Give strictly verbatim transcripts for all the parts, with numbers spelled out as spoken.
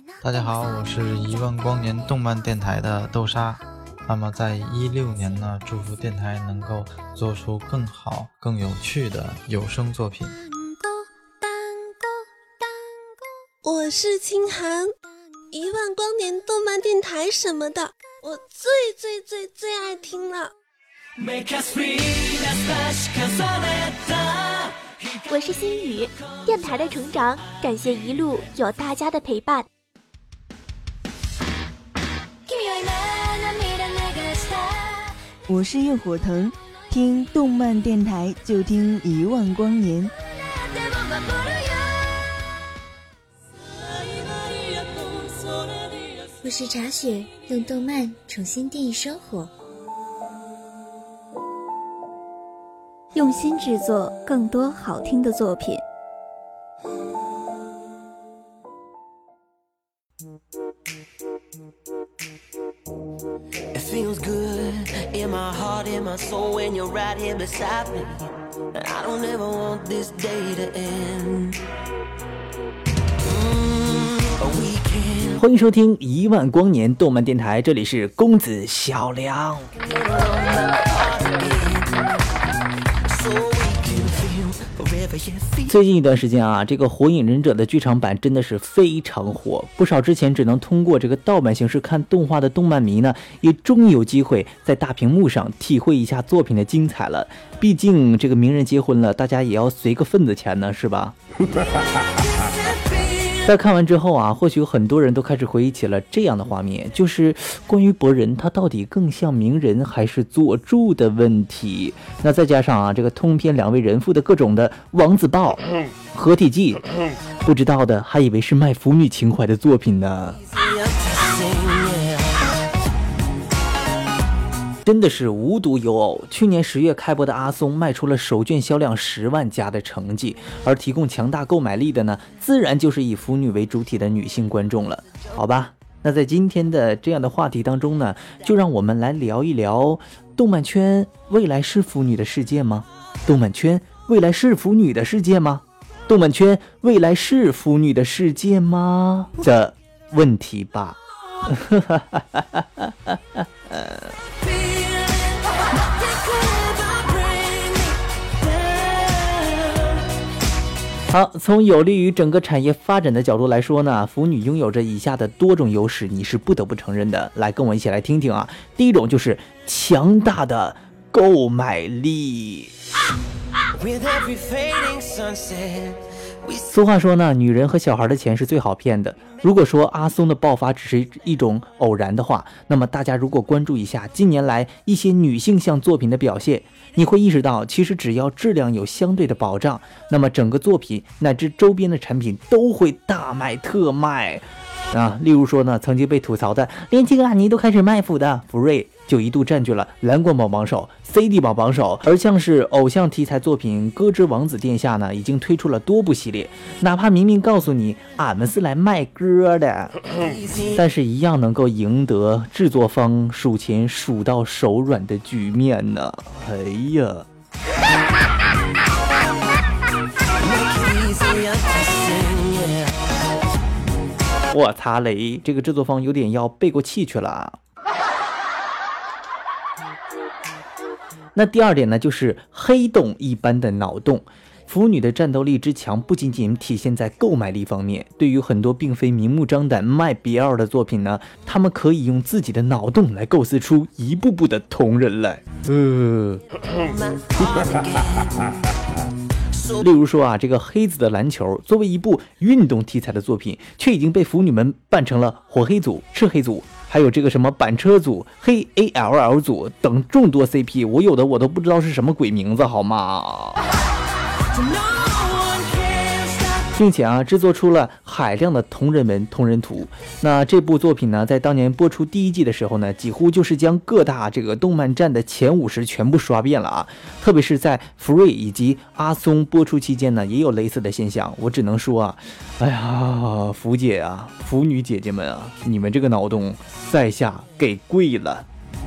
大家好，我是一万光年动漫电台的豆沙。那么在一六年呢，祝福电台能够做出更好更有趣的有声作品。 我是清寒，一万光年动漫电台什么的我最最最最爱听了。 我是心雨，电台的成长感谢一路有大家的陪伴。 我是焰火腾，听动漫电台就听一万光年。 我是茶雪，用动漫重新定义生活， 用心制作更多好听的作品。 Feels good in my heart, in my soul when you're right here beside me. I don't ever want this day to end. Mm, 欢迎收听一万光年动漫电台，这里是公子小梁。最近一段时间啊，这个火影忍者的剧场版真的是非常火，不少之前只能通过这个盗版形式看动画的动漫迷呢，也终于有机会在大屏幕上体会一下作品的精彩了。毕竟这个名人结婚了，大家也要随个份子钱呢，是吧？在看完之后啊，或许很多人都开始回忆起了这样的画面，就是关于博人他到底更像鸣人还是佐助的问题。那再加上啊，这个通篇两位人妇的各种的王子抱、合体技，不知道的还以为是卖腐女情怀的作品呢。真的是无独有偶，去年十月开播的阿松卖出了首卷销量十万加的成绩，而提供强大购买力的呢，自然就是以腐女为主体的女性观众了。好吧，那在今天的这样的话题当中呢，就让我们来聊一聊动漫圈未来是腐女的世界吗？动漫圈未来是腐女的世界吗？动漫圈未来是腐女的世界吗？的问题吧。好，从有利于整个产业发展的角度来说呢，腐女拥有着以下的多种优势，你是不得不承认的。来，跟我一起来听听啊。第一种就是强大的购买力。俗话说呢，女人和小孩的钱是最好骗的。如果说阿松的爆发只是一种偶然的话，那么大家如果关注一下近年来一些女性向作品的表现，你会意识到其实只要质量有相对的保障，那么整个作品乃至周边的产品都会大卖特卖啊。例如说呢，曾经被吐槽的连基格安妮都开始卖腐的福瑞，就一度占据了蓝光榜榜首、C D 榜榜首。而像是偶像题材作品《歌之王子殿下》呢，已经推出了多部系列，哪怕明明告诉你俺们是来卖歌的，但是一样能够赢得制作方数钱数到手软的局面呢。哎呀，我擦雷，这个制作方有点要背过气去了。那第二点呢，就是黑洞一般的脑洞。腐女的战斗力之强不仅仅体现在购买力方面，对于很多并非明目张胆卖 B L 的作品呢，他们可以用自己的脑洞来构思出一步步的同人来。呃例如说啊，这个黑子的篮球作为一部运动题材的作品，却已经被腐女们办成了火黑组、赤黑组，还有这个什么板车组、黑 A L L 组等众多 C P， 我有的我都不知道是什么鬼名字，好吗？并且啊，制作出了海量的同人文、同人图。那这部作品呢，在当年播出第一季的时候呢，几乎就是将各大这个动漫站的前五十全部刷遍了啊。特别是在福瑞以及阿松播出期间呢，也有类似的现象。我只能说啊，哎呀，福姐啊，腐女姐姐们啊，你们这个脑洞在下给跪了。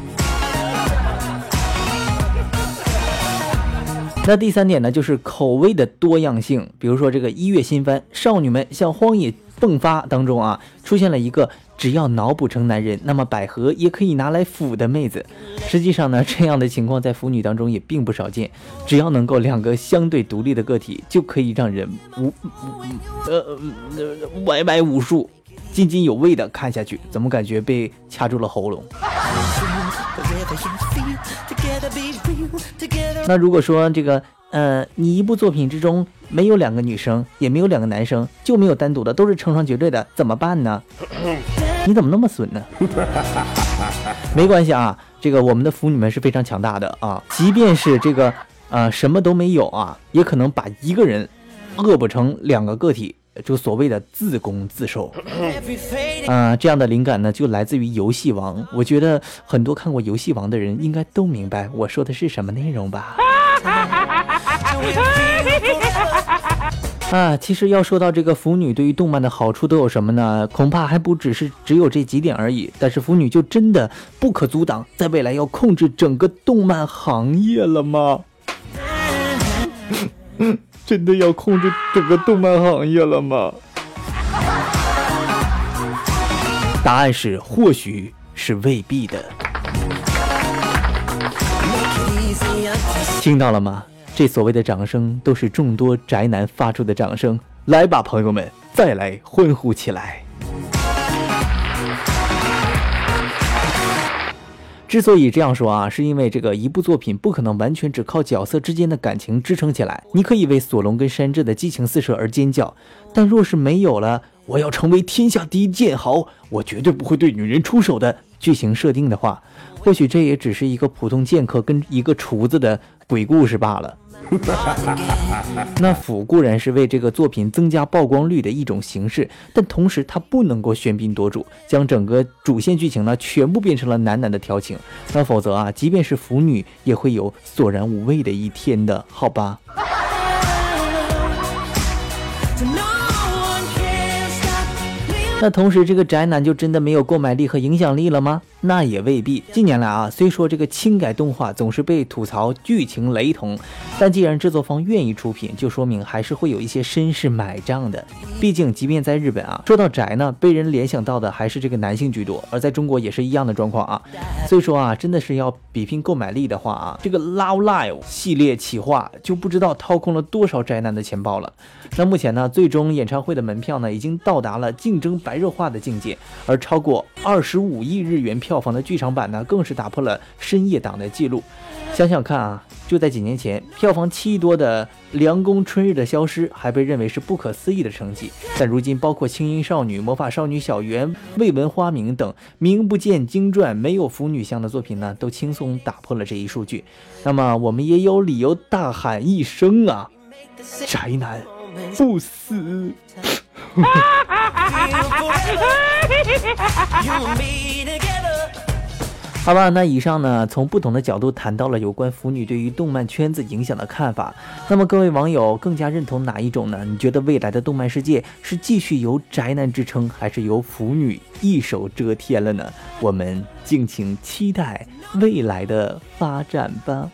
那第三点呢，就是口味的多样性。比如说这个一月新番，少女们向荒野迸发当中啊，出现了一个只要脑补成男人，那么百合也可以拿来腐的妹子。实际上呢，这样的情况在腐女当中也并不少见。只要能够两个相对独立的个体，就可以让人无呃呃歪歪无数，津津有味的看下去。怎么感觉被掐住了喉咙？那如果说这个呃，你一部作品之中没有两个女生，也没有两个男生，就没有单独的，都是成双绝对的，怎么办呢？你怎么那么损呢？没关系啊，这个我们的腐女们是非常强大的啊，即便是这个呃什么都没有啊，也可能把一个人恶补成两个个体，就所谓的自攻自受。呃，这样的灵感呢，就来自于游戏王。我觉得很多看过游戏王的人应该都明白我说的是什么内容吧。啊，其实要说到这个腐女对于动漫的好处都有什么呢？恐怕还不只是只有这几点而已。但是腐女就真的不可阻挡，在未来要控制整个动漫行业了吗？真的要控制整个动漫行业了吗？答案是，或许是未必的。听到了吗？这所谓的掌声都是众多宅男发出的掌声。来吧，朋友们，再来欢呼起来。之所以这样说啊，是因为这个一部作品不可能完全只靠角色之间的感情支撑起来。你可以为索隆跟山治的激情四射而尖叫，但若是没有了我要成为天下第一剑豪，我绝对不会对女人出手的剧情设定的话，或许这也只是一个普通剑客跟一个厨子的鬼故事罢了。那腐固然是为这个作品增加曝光率的一种形式，但同时它不能够喧宾夺主，将整个主线剧情呢全部变成了男男的调情。那否则啊，即便是腐女也会有索然无味的一天的，好吧？那同时这个宅男就真的没有购买力和影响力了吗？那也未必。近年来啊，虽说这个轻改动画总是被吐槽剧情雷同，但既然制作方愿意出品，就说明还是会有一些绅士买账的。毕竟即便在日本啊，说到宅呢，被人联想到的还是这个男性居多，而在中国也是一样的状况啊。所以说啊，真的是要比拼购买力的话啊，这个 Love Live 系列企划就不知道掏空了多少宅男的钱包了。那目前呢，最终演唱会的门票呢已经到达了竞争白热化的境界，而超过二十五亿日元票房的剧场版呢，更是打破了深夜档的记录。想想看啊，就在几年前，票房七亿多的《凉宫春日的消失》还被认为是不可思议的成绩，但如今包括《轻音少女》《魔法少女小圆》《未闻花名》等名不见经传、没有腐女向的作品呢，都轻松打破了这一数据。那么我们也有理由大喊一声啊，宅男不死！好吧，那以上呢，从不同的角度谈到了有关腐女对于动漫圈子影响的看法。那么各位网友更加认同哪一种呢？你觉得未来的动漫世界是继续由宅男支撑，还是由腐女一手遮天了呢？我们敬请期待未来的发展吧。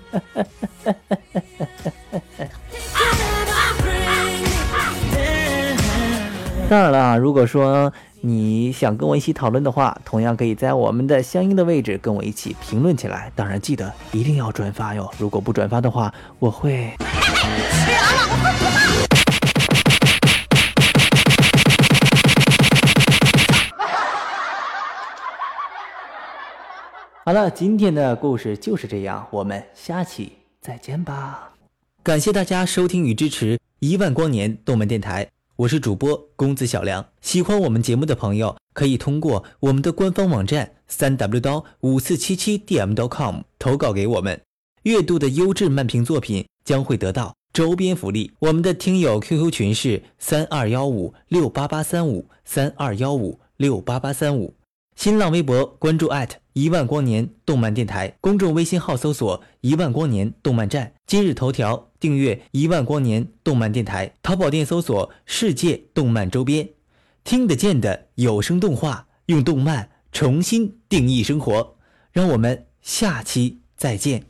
当然了，如果说你想跟我一起讨论的话，同样可以在我们的相应的位置跟我一起评论起来。当然记得一定要转发哟，如果不转发的话，我会好了，今天的故事就是这样，我们下期再见吧。感谢大家收听与支持一万光年动漫电台，我是主播公子小梁。喜欢我们节目的朋友，可以通过我们的官方网站 三 w 点五四七七 d m 点 com 投稿给我们。阅读的优质漫评作品将会得到周边福利。我们的听友 Q Q 群是三二一五六八八三五 三二一五六八八三五。新浪微博关注 at 一万光年动漫电台，公众微信号搜索一万光年动漫站，今日头条订阅一万光年动漫电台，淘宝店搜索世界动漫周边，听得见的有声动画，用动漫重新定义生活。让我们下期再见。